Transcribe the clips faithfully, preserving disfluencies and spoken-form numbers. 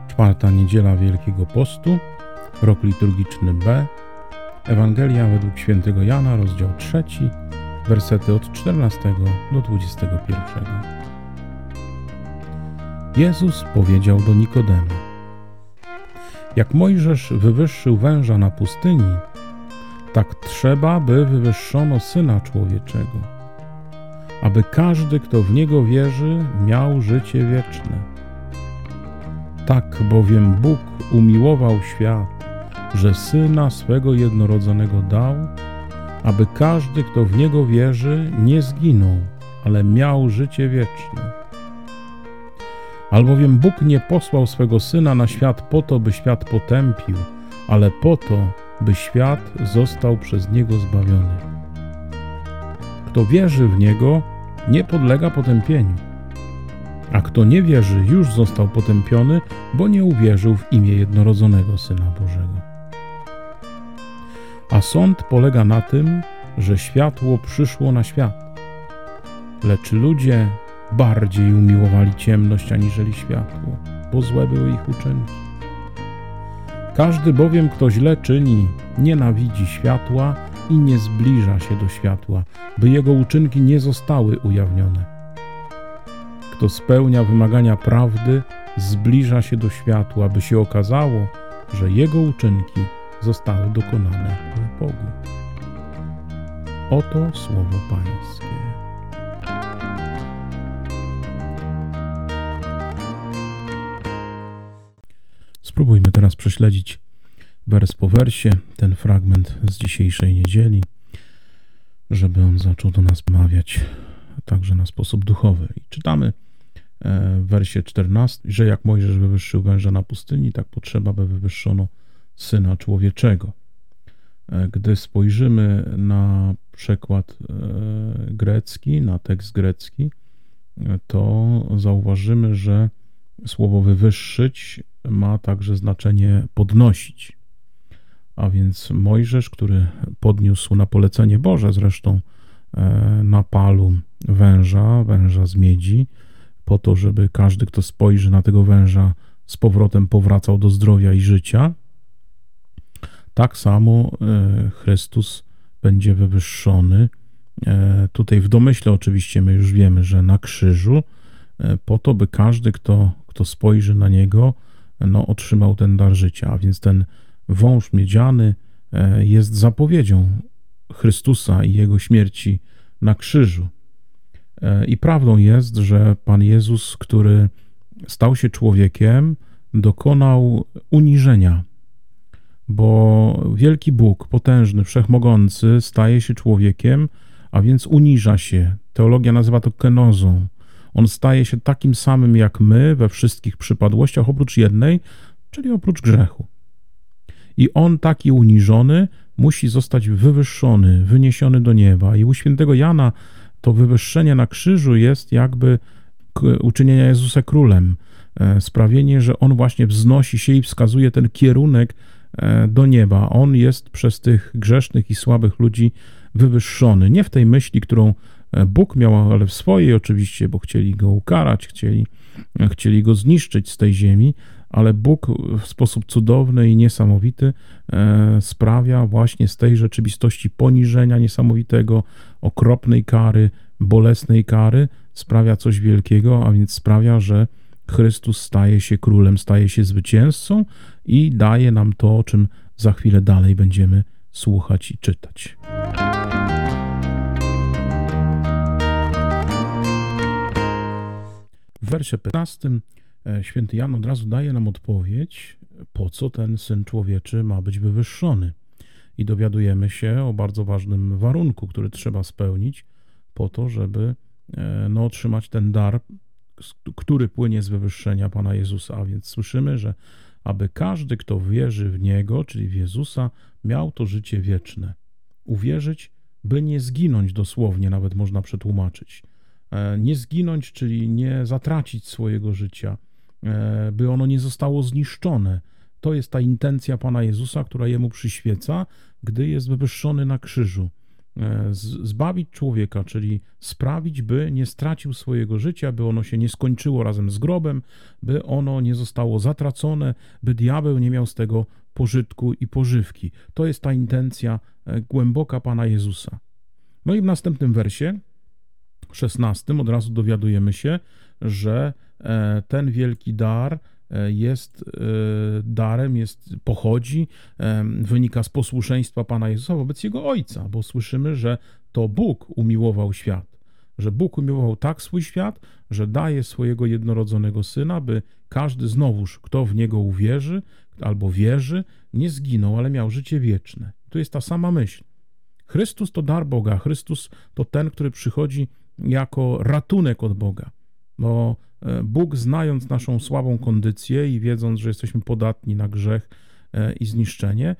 Czwarta niedziela Wielkiego Postu, rok liturgiczny B, Ewangelia według świętego Jana, rozdział trzeci, wersety od czternastego do dwudziestego pierwszego. Jezus powiedział do Nikodema: jak Mojżesz wywyższył węża na pustyni, tak trzeba, by wywyższono Syna Człowieczego, aby każdy, kto w Niego wierzy, miał życie wieczne. Tak bowiem Bóg umiłował świat, że Syna swego jednorodzonego dał, aby każdy, kto w Niego wierzy, nie zginął, ale miał życie wieczne. Albowiem Bóg nie posłał swego Syna na świat po to, by świat potępił, ale po to, by świat został przez Niego zbawiony. Kto wierzy w Niego, nie podlega potępieniu, a kto nie wierzy, już został potępiony, bo nie uwierzył w imię jednorodzonego Syna Bożego. A sąd polega na tym, że światło przyszło na świat, lecz ludzie bardziej umiłowali ciemność aniżeli światło, bo złe były ich uczynki. Każdy bowiem, kto źle czyni, nienawidzi światła i nie zbliża się do światła, by jego uczynki nie zostały ujawnione. Kto spełnia wymagania prawdy, zbliża się do światła, by się okazało, że jego uczynki zostały dokonane w Bogu. Oto słowo Pańskie. Spróbujmy teraz prześledzić wers po wersie ten fragment z dzisiejszej niedzieli, żeby on zaczął do nas mawiać także na sposób duchowy. I czytamy w wersie czternastym, że jak Mojżesz wywyższył węża na pustyni, tak potrzeba, by wywyższono Syna Człowieczego. Gdy spojrzymy na przekład grecki, na tekst grecki, to zauważymy, że słowo wywyższyć ma także znaczenie podnosić. A więc Mojżesz, który podniósł na polecenie Boże zresztą na palu węża, węża z miedzi, po to, żeby każdy, kto spojrzy na tego węża, z powrotem powracał do zdrowia i życia, tak samo Chrystus będzie wywyższony. Tutaj w domyśle oczywiście my już wiemy, że na krzyżu, po to, by każdy, kto, kto spojrzy na Niego, no, otrzymał ten dar życia. A więc ten wąż miedziany jest zapowiedzią Chrystusa i Jego śmierci na krzyżu. I prawdą jest, że Pan Jezus, który stał się człowiekiem, dokonał uniżenia, bo wielki Bóg, potężny, wszechmogący, staje się człowiekiem, a więc uniża się. Teologia nazywa to kenozą. On staje się takim samym jak my we wszystkich przypadłościach, oprócz jednej, czyli oprócz grzechu. I On taki uniżony musi zostać wywyższony, wyniesiony do nieba. I u świętego Jana to wywyższenie na krzyżu jest jakby uczynienia Jezusa królem. Sprawienie, że On właśnie wznosi się i wskazuje ten kierunek do nieba. On jest przez tych grzesznych i słabych ludzi wywyższony. Nie w tej myśli, którą Bóg miał, ale w swojej oczywiście, bo chcieli Go ukarać, chcieli, chcieli Go zniszczyć z tej ziemi, ale Bóg w sposób cudowny i niesamowity sprawia właśnie z tej rzeczywistości poniżenia niesamowitego, okropnej kary, bolesnej kary, sprawia coś wielkiego, a więc sprawia, że Chrystus staje się królem, staje się zwycięzcą i daje nam to, o czym za chwilę dalej będziemy słuchać i czytać. W wersie piętnastym święty Jan od razu daje nam odpowiedź, po co ten Syn Człowieczy ma być wywyższony. I dowiadujemy się o bardzo ważnym warunku, który trzeba spełnić po to, żeby no, otrzymać ten dar, który płynie z wywyższenia Pana Jezusa. A więc słyszymy, że aby każdy, kto wierzy w Niego, czyli w Jezusa, miał to życie wieczne. Uwierzyć, by nie zginąć dosłownie, nawet można przetłumaczyć. Nie zginąć, czyli nie zatracić swojego życia, by ono nie zostało zniszczone. To jest ta intencja Pana Jezusa, która Jemu przyświeca, gdy jest wywyższony na krzyżu. zbawić człowieka, czyli sprawić, by nie stracił swojego życia, by ono się nie skończyło razem z grobem, by ono nie zostało zatracone, by diabeł nie miał z tego pożytku i pożywki. To jest ta intencja głęboka Pana Jezusa. No i w następnym wersie, szesnastym, od razu dowiadujemy się, że ten wielki dar jest darem, jest, pochodzi, wynika z posłuszeństwa Pana Jezusa wobec Jego Ojca, bo słyszymy, że to Bóg umiłował świat, że Bóg umiłował tak swój świat, że daje swojego jednorodzonego Syna, by każdy znowuż, kto w Niego uwierzy albo wierzy, nie zginął, ale miał życie wieczne. Tu jest ta sama myśl. Chrystus to dar Boga, Chrystus to ten, który przychodzi jako ratunek od Boga, bo Bóg, znając naszą słabą kondycję i wiedząc, że jesteśmy podatni na grzech i zniszczenie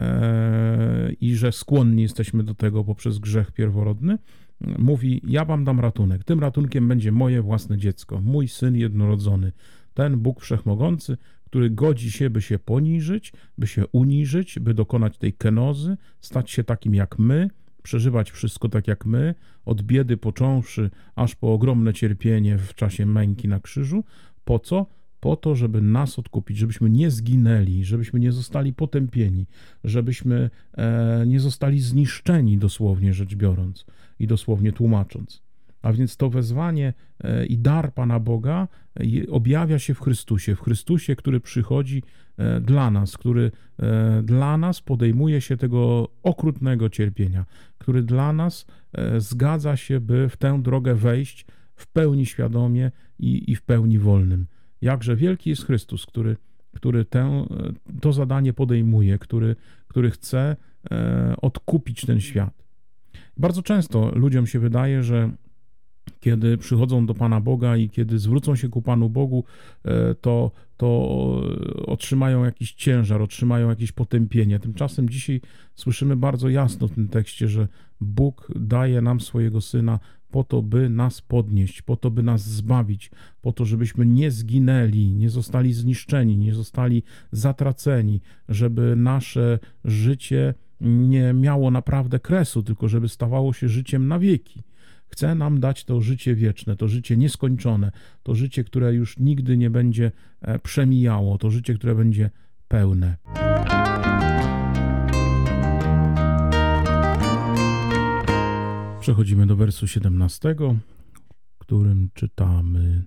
i że skłonni jesteśmy do tego poprzez grzech pierworodny, mówi: ja wam dam ratunek. Tym ratunkiem będzie moje własne dziecko, mój Syn jednorodzony. Ten Bóg Wszechmogący, który godzi się, by się poniżyć, by się uniżyć, by dokonać tej kenozy, stać się takim jak my, przeżywać wszystko tak jak my, od biedy począwszy, aż po ogromne cierpienie w czasie męki na krzyżu. Po co? Po to, żeby nas odkupić, żebyśmy nie zginęli, żebyśmy nie zostali potępieni, żebyśmy e, nie zostali zniszczeni, dosłownie rzecz biorąc i dosłownie tłumacząc. A więc to wezwanie e, i dar Pana Boga e, objawia się w Chrystusie, w Chrystusie, który przychodzi e, dla nas, który e, dla nas podejmuje się tego okrutnego cierpienia, który dla nas e, zgadza się, by w tę drogę wejść w pełni świadomie i, i w pełni wolnym. Jakże wielki jest Chrystus, który, który tę, to zadanie podejmuje, który, który chce e, odkupić ten świat. Bardzo często ludziom się wydaje, że kiedy przychodzą do Pana Boga i kiedy zwrócą się ku Panu Bogu, to, to otrzymają jakiś ciężar, otrzymają jakieś potępienie. Tymczasem dzisiaj słyszymy bardzo jasno w tym tekście, że Bóg daje nam swojego Syna po to, by nas podnieść, po to, by nas zbawić, po to, żebyśmy nie zginęli, nie zostali zniszczeni, nie zostali zatraceni, żeby nasze życie nie miało naprawdę kresu, tylko żeby stawało się życiem na wieki. Chce nam dać to życie wieczne, to życie nieskończone, to życie, które już nigdy nie będzie przemijało, to życie, które będzie pełne. Przechodzimy do wersu siedemnastego, w którym czytamy: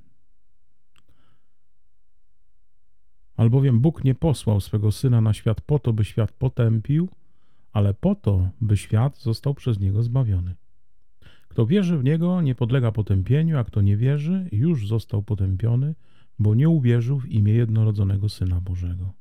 albowiem Bóg nie posłał swego Syna na świat po to, by świat potępił, ale po to, by świat został przez Niego zbawiony. Kto wierzy w Niego, nie podlega potępieniu, a kto nie wierzy, już został potępiony, bo nie uwierzył w imię jednorodzonego Syna Bożego.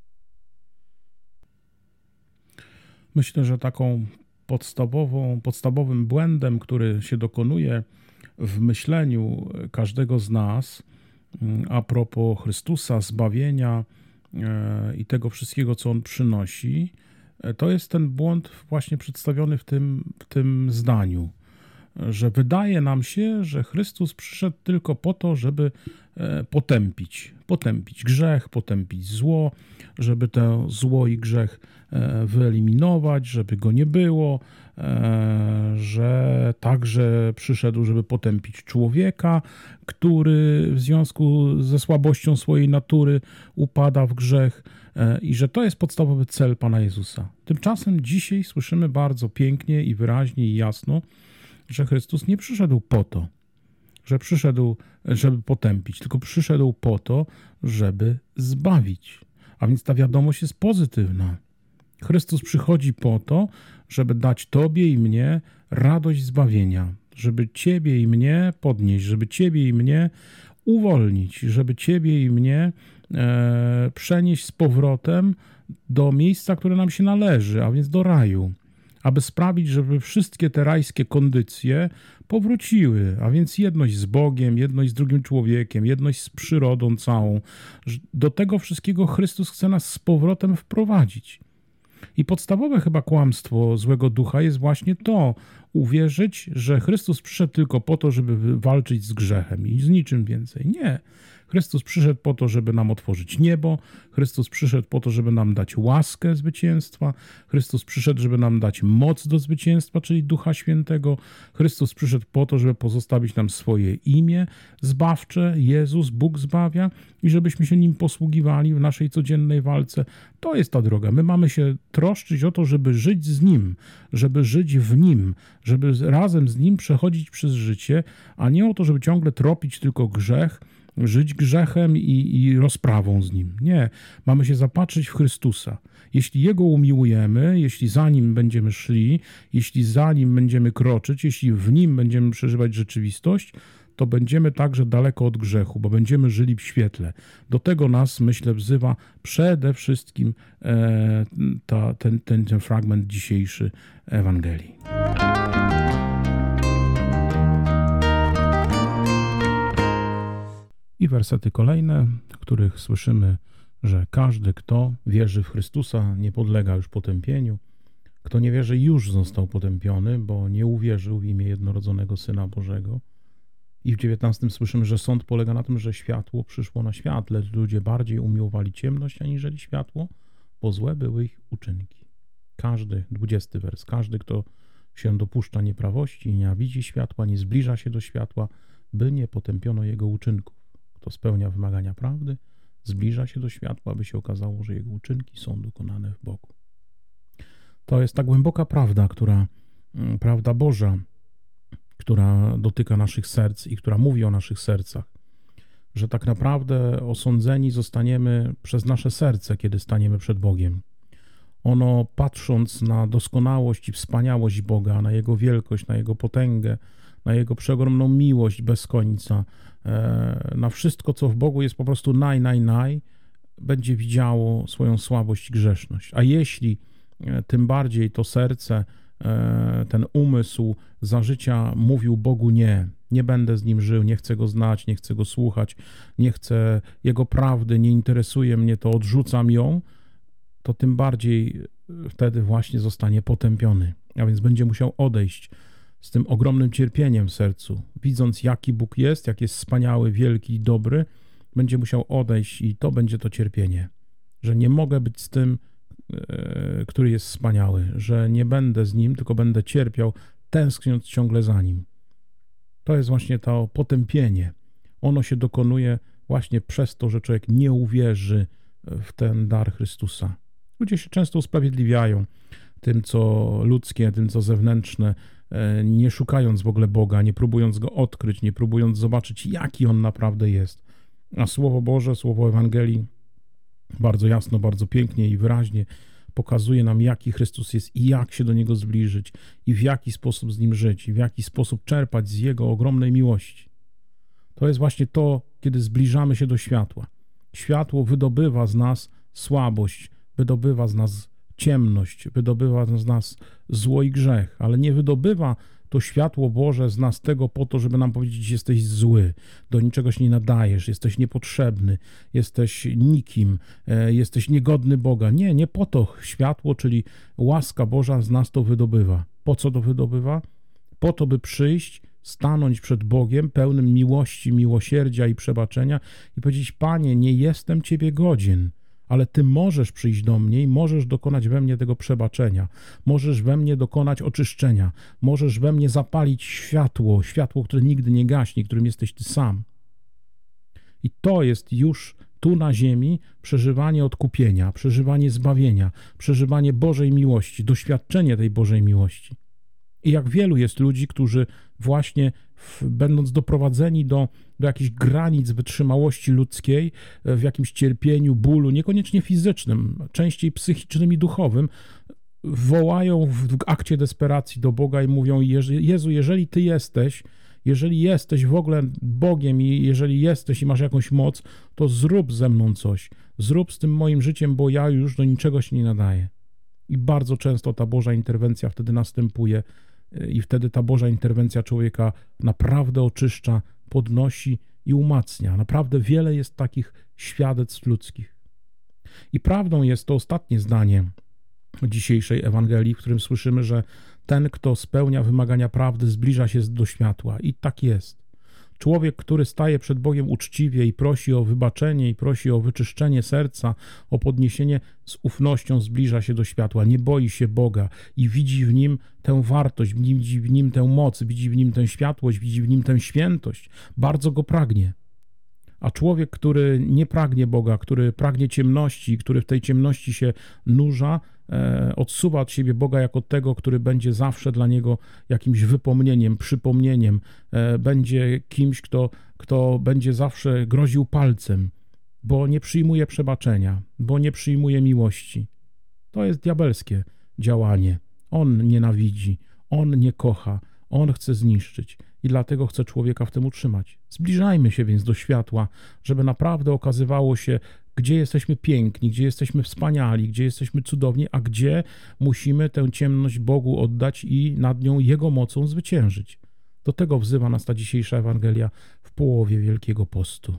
Myślę, że taką podstawową, podstawowym błędem, który się dokonuje w myśleniu każdego z nas a propos Chrystusa, zbawienia i tego wszystkiego, co On przynosi, to jest ten błąd właśnie przedstawiony w tym, w tym zdaniu, że wydaje nam się, że Chrystus przyszedł tylko po to, żeby potępić, potępić grzech, potępić zło, żeby to zło i grzech wyeliminować, żeby go nie było, że także przyszedł, żeby potępić człowieka, który w związku ze słabością swojej natury upada w grzech i że to jest podstawowy cel Pana Jezusa. Tymczasem dzisiaj słyszymy bardzo pięknie i wyraźnie i jasno, że Chrystus nie przyszedł po to, że przyszedł, żeby potępić, tylko przyszedł po to, żeby zbawić. A więc ta wiadomość jest pozytywna. Chrystus przychodzi po to, żeby dać Tobie i mnie radość zbawienia, żeby Ciebie i mnie podnieść, żeby Ciebie i mnie uwolnić, żeby Ciebie i mnie e, przenieść z powrotem do miejsca, które nam się należy, a więc do raju, aby sprawić, żeby wszystkie te rajskie kondycje powróciły, a więc jedność z Bogiem, jedność z drugim człowiekiem, jedność z przyrodą całą. Do tego wszystkiego Chrystus chce nas z powrotem wprowadzić. I podstawowe chyba kłamstwo złego ducha jest właśnie to, uwierzyć, że Chrystus przyszedł tylko po to, żeby walczyć z grzechem i z niczym więcej. Nie. Chrystus przyszedł po to, żeby nam otworzyć niebo. Chrystus przyszedł po to, żeby nam dać łaskę zwycięstwa. Chrystus przyszedł, żeby nam dać moc do zwycięstwa, czyli Ducha Świętego. Chrystus przyszedł po to, żeby pozostawić nam swoje imię zbawcze. Jezus, Bóg zbawia i żebyśmy się nim posługiwali w naszej codziennej walce. To jest ta droga. My mamy się troszczyć o to, żeby żyć z Nim, żeby żyć w Nim, żeby razem z Nim przechodzić przez życie, a nie o to, żeby ciągle tropić tylko grzech, żyć grzechem i, i rozprawą z Nim. Nie. Mamy się zapatrzyć w Chrystusa. Jeśli Jego umiłujemy, jeśli za Nim będziemy szli, jeśli za Nim będziemy kroczyć, jeśli w Nim będziemy przeżywać rzeczywistość, to będziemy także daleko od grzechu, bo będziemy żyli w świetle. Do tego nas, myślę, wzywa przede wszystkim e, ta, ten, ten, ten fragment dzisiejszy Ewangelii. I wersety kolejne, w których słyszymy, że każdy, kto wierzy w Chrystusa, nie podlega już potępieniu. Kto nie wierzy, już został potępiony, bo nie uwierzył w imię jednorodzonego Syna Bożego. I w dziewiętnastym słyszymy, że sąd polega na tym, że światło przyszło na świat, lecz ludzie bardziej umiłowali ciemność aniżeli światło, bo złe były ich uczynki. Każdy, dwudziesty wers, każdy, kto się dopuszcza nieprawości i nienawidzi światła, nie zbliża się do światła, by nie potępiono jego uczynków. Kto spełnia wymagania prawdy, zbliża się do światła, aby się okazało, że jego uczynki są dokonane w Bogu. To jest ta głęboka prawda, która, prawda Boża, która dotyka naszych serc i która mówi o naszych sercach, że tak naprawdę osądzeni zostaniemy przez nasze serce, kiedy staniemy przed Bogiem. Ono, patrząc na doskonałość i wspaniałość Boga, na Jego wielkość, na Jego potęgę, na Jego przeogromną miłość bez końca, na wszystko, co w Bogu jest po prostu naj, naj, naj, będzie widziało swoją słabość i grzeszność. A jeśli tym bardziej to serce, ten umysł za życia mówił Bogu nie, nie będę z Nim żył, nie chcę Go znać, nie chcę Go słuchać, nie chcę Jego prawdy, nie interesuje mnie to, odrzucam ją, to tym bardziej wtedy właśnie zostanie potępiony. A więc będzie musiał odejść z tym ogromnym cierpieniem w sercu. Widząc, jaki Bóg jest, jak jest wspaniały, wielki i dobry, będzie musiał odejść i to będzie to cierpienie. Że nie mogę być z tym, który jest wspaniały, że nie będę z Nim, tylko będę cierpiał, tęskniąc ciągle za Nim. To jest właśnie to potępienie. Ono się dokonuje właśnie przez to, że człowiek nie uwierzy w ten dar Chrystusa. Ludzie się często usprawiedliwiają tym, co ludzkie, tym, co zewnętrzne, nie szukając w ogóle Boga, nie próbując Go odkryć, nie próbując zobaczyć, jaki On naprawdę jest. A Słowo Boże, Słowo Ewangelii bardzo jasno, bardzo pięknie i wyraźnie pokazuje nam, jaki Chrystus jest i jak się do Niego zbliżyć i w jaki sposób z Nim żyć i w jaki sposób czerpać z Jego ogromnej miłości. To jest właśnie to, kiedy zbliżamy się do światła. Światło wydobywa z nas słabość, wydobywa z nas ciemność, wydobywa z nas zło i grzech, ale nie wydobywa to światło Boże z nas tego po to, żeby nam powiedzieć, jesteś zły, do niczego się nie nadajesz, jesteś niepotrzebny, jesteś nikim, jesteś niegodny Boga. Nie, nie po to światło, czyli łaska Boża z nas to wydobywa. Po co to wydobywa? Po to, by przyjść, stanąć przed Bogiem pełnym miłości, miłosierdzia i przebaczenia i powiedzieć, Panie, nie jestem Ciebie godzien, ale Ty możesz przyjść do mnie i możesz dokonać we mnie tego przebaczenia. Możesz we mnie dokonać oczyszczenia. Możesz we mnie zapalić światło, światło, które nigdy nie gaśnie, którym jesteś Ty sam. I to jest już tu na ziemi przeżywanie odkupienia, przeżywanie zbawienia, przeżywanie Bożej miłości, doświadczenie tej Bożej miłości. I jak wielu jest ludzi, którzy właśnie w, będąc doprowadzeni do, do jakichś granic wytrzymałości ludzkiej, w jakimś cierpieniu, bólu, niekoniecznie fizycznym, częściej psychicznym i duchowym, wołają w akcie desperacji do Boga i mówią, Jezu, jeżeli Ty jesteś, jeżeli jesteś w ogóle Bogiem i jeżeli jesteś i masz jakąś moc, to zrób ze mną coś, zrób z tym moim życiem, bo ja już do niczego się nie nadaję. I bardzo często ta Boża interwencja wtedy następuje i wtedy ta Boża interwencja człowieka naprawdę oczyszcza, podnosi i umacnia. Naprawdę wiele jest takich świadectw ludzkich. I prawdą jest to ostatnie zdanie dzisiejszej Ewangelii, w którym słyszymy, że ten, kto spełnia wymagania prawdy, zbliża się do światła. I tak jest. Człowiek, który staje przed Bogiem uczciwie i prosi o wybaczenie i prosi o wyczyszczenie serca, o podniesienie, z ufnością zbliża się do światła, nie boi się Boga i widzi w Nim tę wartość, widzi w Nim tę moc, widzi w Nim tę światłość, widzi w Nim tę świętość. Bardzo Go pragnie. A człowiek, który nie pragnie Boga, który pragnie ciemności, który w tej ciemności się nurza, e, odsuwa od siebie Boga jako tego, który będzie zawsze dla niego jakimś wypomnieniem, przypomnieniem, e, będzie kimś, kto, kto będzie zawsze groził palcem, bo nie przyjmuje przebaczenia, bo nie przyjmuje miłości. To jest diabelskie działanie. On nienawidzi, on nie kocha, on chce zniszczyć. I dlatego chce człowieka w tym utrzymać. Zbliżajmy się więc do światła, żeby naprawdę okazywało się, gdzie jesteśmy piękni, gdzie jesteśmy wspaniali, gdzie jesteśmy cudowni, a gdzie musimy tę ciemność Bogu oddać i nad nią Jego mocą zwyciężyć. Do tego wzywa nas ta dzisiejsza Ewangelia w połowie Wielkiego Postu.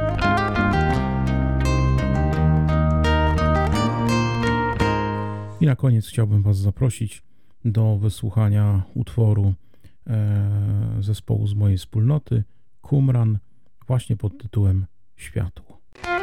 I na koniec chciałbym Was zaprosić do wysłuchania utworu zespołu z mojej wspólnoty Qumran właśnie pod tytułem Światło.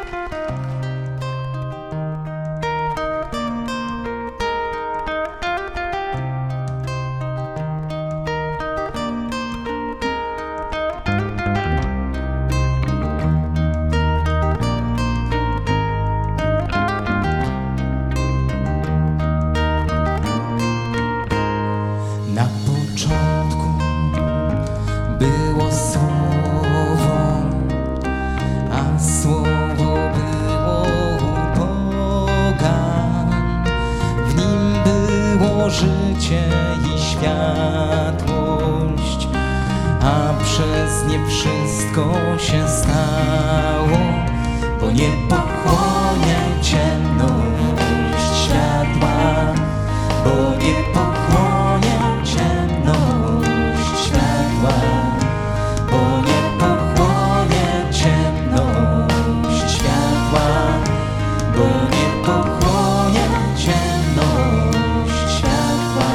Na początku było słowo, a słowo było u Boga. W nim było życie i światłość, a przez nie wszystko się stało, bo nie pochłonie ciemność światła, bo nie pochłonie ciemność światła, bo nie pochłonie ciemność światła, bo nie pochłonie ciemność światła.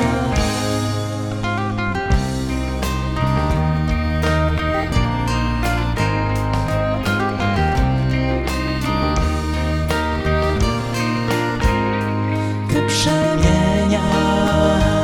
Gdy przemienia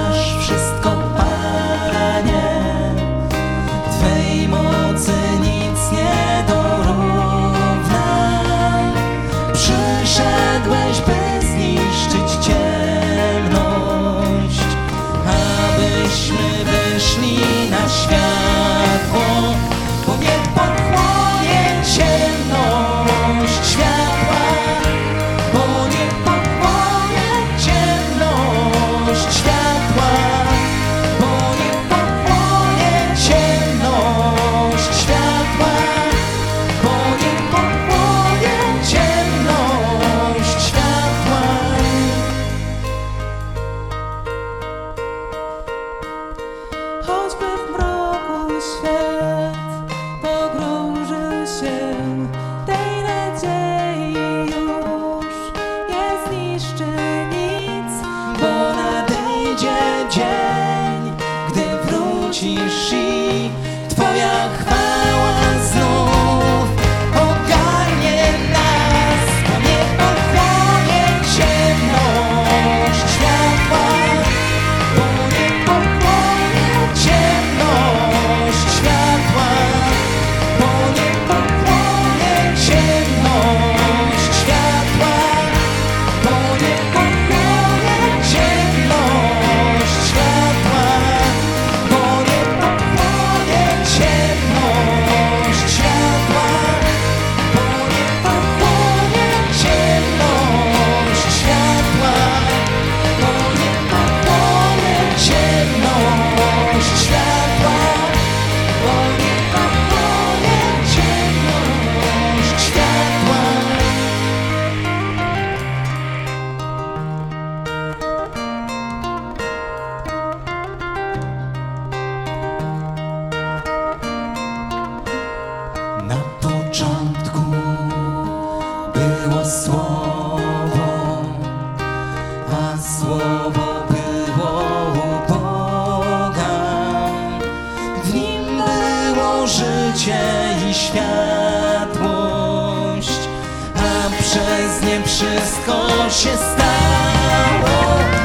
życie i światłość, a przez nie wszystko się stało.